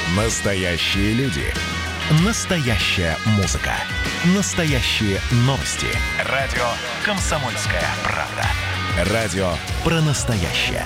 Настоящие люди. Настоящая музыка. Настоящие новости. Радио «Комсомольская правда». Радио про настоящее.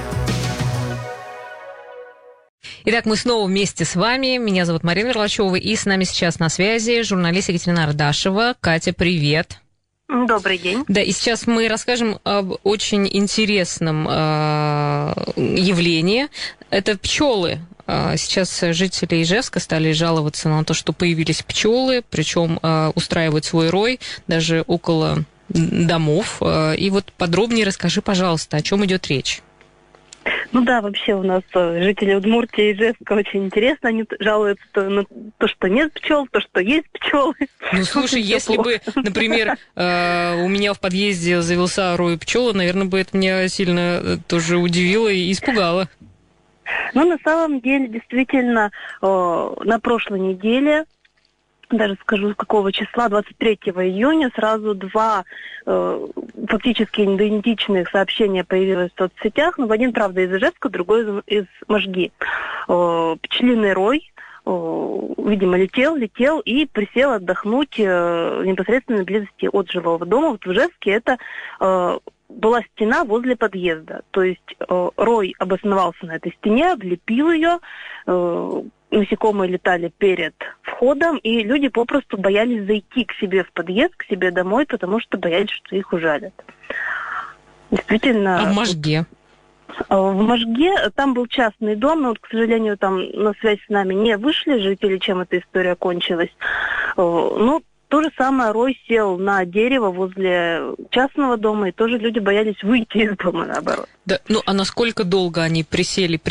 Итак, мы снова вместе с вами. Меня зовут Марина Верлачева, и с нами сейчас на связи журналист Екатерина Ардашева. Катя, привет. Добрый день. Да, и сейчас мы расскажем об очень интересном явлении. Это пчелы. Сейчас жители Ижевска стали жаловаться на то, что появились пчелы, причем устраивают свой рой даже около домов. И вот подробнее расскажи, пожалуйста, о чем идет речь. Ну да, вообще у нас жители Удмуртии и Ижевска очень интересно. Они жалуются на то, что нет пчел, то, что есть пчелы. Ну слушай, если бы, например, у меня в подъезде завелся рой пчел, наверное, бы это меня сильно тоже удивило и испугало. Ну, на самом деле, действительно, на прошлой неделе, даже скажу, с какого числа, 23 июня, сразу два фактически идентичных сообщения появилось в соцсетях. Но один, правда, из Ижевска, другой из Можги. Пчелиный рой, видимо, летел и присел отдохнуть в непосредственной близости от жилого дома. Вот в Ижевске это была стена возле подъезда. То есть рой обосновался на этой стене, облепил ее, насекомые летали перед входом, и люди попросту боялись зайти к себе в подъезд, к себе домой, потому что боялись, что их ужалят. Действительно. А в Можге? В Можге там был частный дом, но, вот, к сожалению, там на связь с нами не вышли жители, чем эта история кончилась. Но то же самое, рой сел на дерево возле частного дома, и тоже люди боялись выйти из дома, наоборот. Да, ну а насколько долго они прилетели,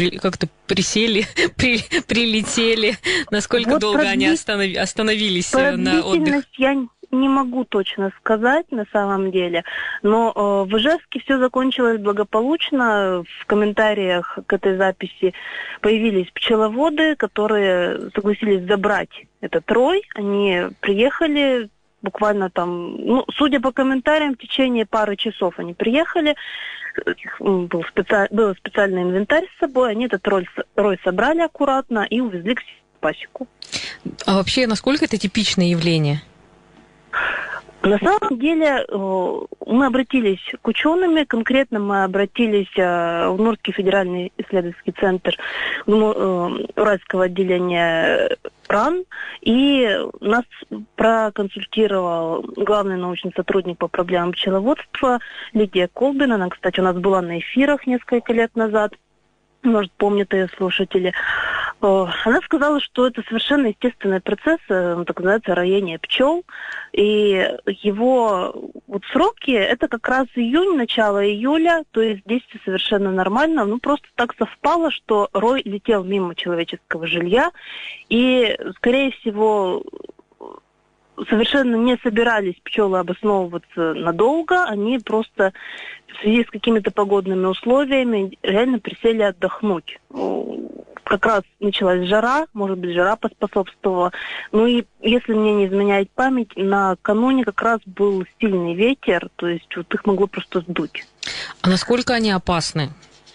насколько вот долго они остановились на отдых? Я не могу точно сказать на самом деле, но в Ижевске все закончилось благополучно. В комментариях к этой записи появились пчеловоды, которые согласились забрать этот рой. Они приехали буквально там, судя по комментариям, в течение пары часов они приехали. Был специальный инвентарь с собой. Они этот рой собрали аккуратно и увезли к пасеку. А вообще, насколько это типичное явление? На самом деле мы обратились к ученым, конкретно мы обратились в Удмуртский федеральный исследовательский центр Уральского отделения РАН, и нас проконсультировал главный научный сотрудник по проблемам пчеловодства Лидия Колбина. Она, кстати, у нас была на эфирах несколько лет назад, может, помнят ее слушатели. Она сказала, что это совершенно естественный процесс, так называется, роение пчел, и его сроки это как раз июнь, начало июля, то есть действие совершенно нормально, просто так совпало, что рой летел мимо человеческого жилья, и, скорее всего, совершенно не собирались пчелы обосновываться надолго, они просто в связи с какими-то погодными условиями реально присели отдохнуть. Как раз началась жара, может быть, жара поспособствовала. И если мне не изменяет память, накануне как раз был сильный ветер, то есть их могло просто сдуть. А насколько они опасны?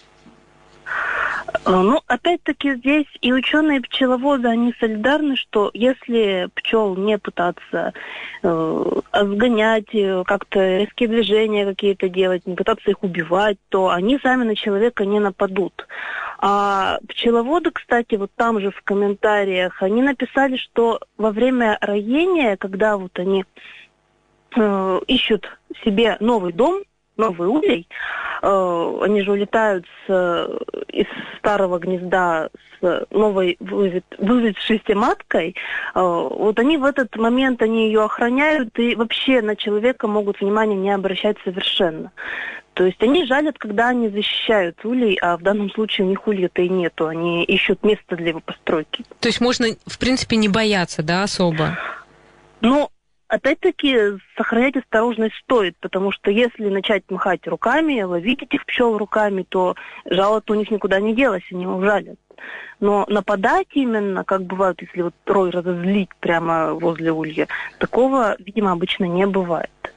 Опять-таки здесь и ученые, и пчеловоды, они солидарны, что если пчел не пытаться сгонять, как-то резкие движения какие-то делать, не пытаться их убивать, то они сами на человека не нападут. А пчеловоды, кстати, там же в комментариях, они написали, что во время роения, когда они ищут себе новый дом, новый улей, они же улетают из старого гнезда с новой выведшейся маткой, они в этот момент они ее охраняют и вообще на человека могут внимания не обращать совершенно. То есть они жалят, когда они защищают улей, а в данном случае у них улья-то и нету, они ищут место для его постройки. То есть можно, в принципе, не бояться, да, особо? Опять-таки, сохранять осторожность стоит, потому что если начать махать руками, ловить этих пчел руками, то жало-то у них никуда не делось, они ужалят. Но нападать именно, как бывает, если рой разозлить прямо возле улья, такого, видимо, обычно не бывает.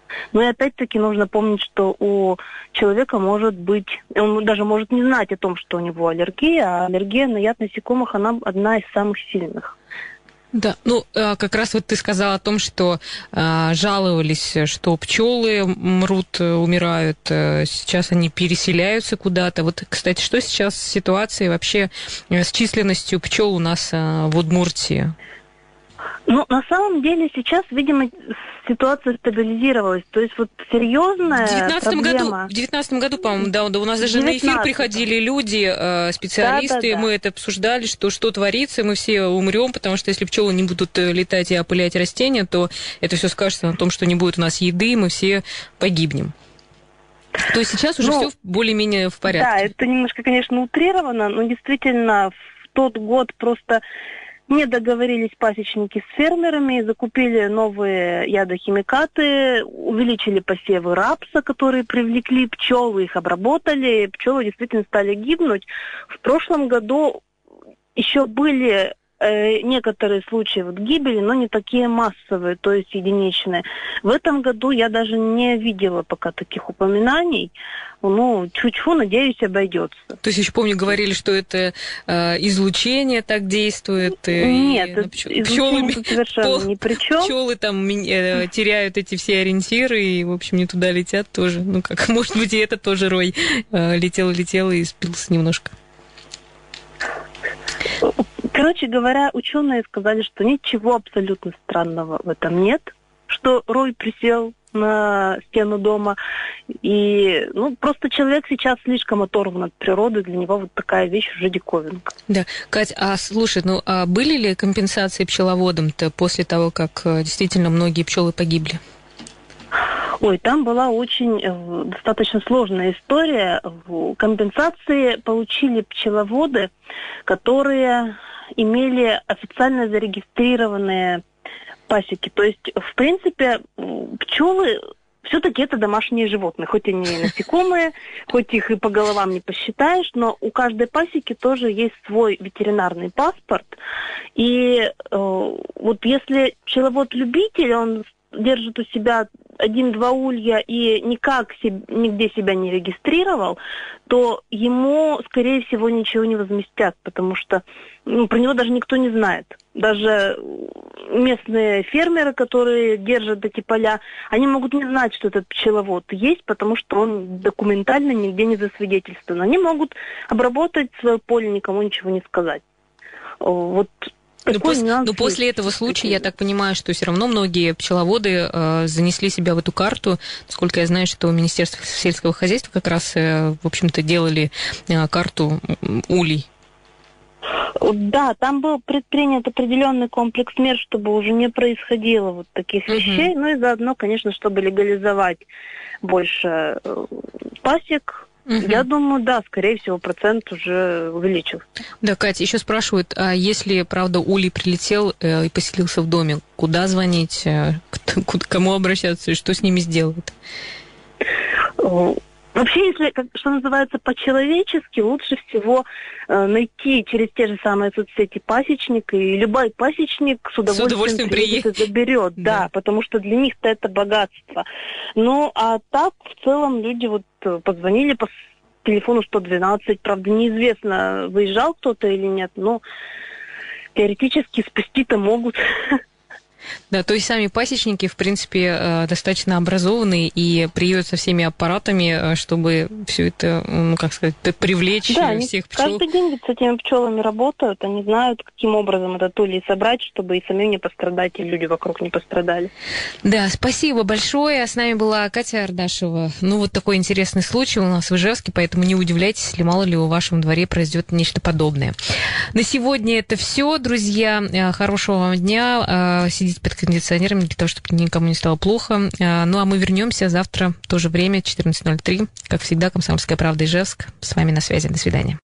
Но и опять-таки нужно помнить, что у человека может быть, он даже может не знать о том, что у него аллергия, а аллергия на яд насекомых, она одна из самых сильных. Да, ну, как раз вот ты сказала о том, что жаловались, что пчелы мрут, умирают, сейчас они переселяются куда-то. Вот, кстати, что сейчас с ситуацией вообще с численностью пчел у нас в Удмуртии? Ну, на самом деле сейчас, видимо, ситуация стабилизировалась. То есть вот серьезная проблема... В 2019 году, по-моему, да, у нас даже на эфир приходили люди, специалисты, да. Мы это обсуждали, что творится, мы все умрем, потому что если пчелы не будут летать и опылять растения, то это все скажется на том, что не будет у нас еды, мы все погибнем. То есть сейчас уже все более-менее в порядке. Да, это немножко, конечно, утрировано, но действительно в тот год просто... Не договорились пасечники с фермерами, закупили новые ядохимикаты, увеличили посевы рапса, которые привлекли пчел, их обработали, пчелы действительно стали гибнуть. В прошлом году еще были некоторые случаи гибели, но не такие массовые, то есть единичные. В этом году я даже не видела пока таких упоминаний. Ну, чуть-чуть, надеюсь, обойдется. То есть еще помню, говорили, что это излучение так действует. Нет, излучение совершенно ни при чем. Пчелы там теряют эти все ориентиры и, в общем, не туда летят тоже. Ну, как, может быть, и это тоже рой летел и спился немножко. Короче говоря, ученые сказали, что ничего абсолютно странного в этом нет, что рой присел на стену дома. И, просто человек сейчас слишком оторван от природы, для него вот такая вещь уже диковинка. Да. Кать, слушай, а были ли компенсации пчеловодам-то после того, как действительно многие пчелы погибли? Ой, там была очень достаточно сложная история. Компенсации получили пчеловоды, которые имели официально зарегистрированные пасеки. То есть, в принципе, пчелы все-таки это домашние животные. Хоть они и насекомые, хоть их и по головам не посчитаешь, но у каждой пасеки тоже есть свой ветеринарный паспорт. И вот если пчеловод-любитель, он держит у себя 1-2 улья и никак нигде себя не регистрировал, то ему, скорее всего, ничего не возместят, потому что про него даже никто не знает. Даже местные фермеры, которые держат эти поля, они могут не знать, что этот пчеловод есть, потому что он документально нигде не засвидетельствован. Они могут обработать свое поле, никому ничего не сказать. Вот. Но после этого случая, я так понимаю, что все равно многие пчеловоды занесли себя в эту карту. Насколько я знаю, что Министерство сельского хозяйства как раз, в общем-то, делали карту улей. Да, там был предпринят определенный комплекс мер, чтобы уже не происходило вот таких вещей. Ну и заодно, конечно, чтобы легализовать больше пасек. Я думаю, да, скорее всего, процент уже увеличился. Да, Катя, еще спрашивают, а если, правда, улей прилетел и поселился в доме, куда звонить, к кому обращаться и что с ними сделают? Вообще, если, что называется, по-человечески, лучше всего найти через те же самые соцсети пасечника, и любой пасечник с удовольствием приедет и заберет. Да, потому что для них-то это богатство. Ну, а так, в целом, люди вот позвонили по телефону 112, правда, неизвестно, выезжал кто-то или нет, но теоретически спасти-то могут. Да, то есть сами пасечники, в принципе, достаточно образованные и приедут со всеми аппаратами, чтобы все это, привлечь всех пчел. Каждый день с этими пчелами работают, они знают, каким образом этот улей собрать, чтобы и самим не пострадать, и люди вокруг не пострадали. Да, спасибо большое. С нами была Катя Ардашева. Вот такой интересный случай у нас в Ижевске, поэтому не удивляйтесь, если мало ли в вашем дворе произойдет нечто подобное. На сегодня это все, друзья. Хорошего вам дня. Сидите под кондиционерами для того, чтобы никому не стало плохо. А мы вернемся завтра в то же время, 14:03. Как всегда, «Комсомольская правда», Ижевск. С вами на связи. До свидания.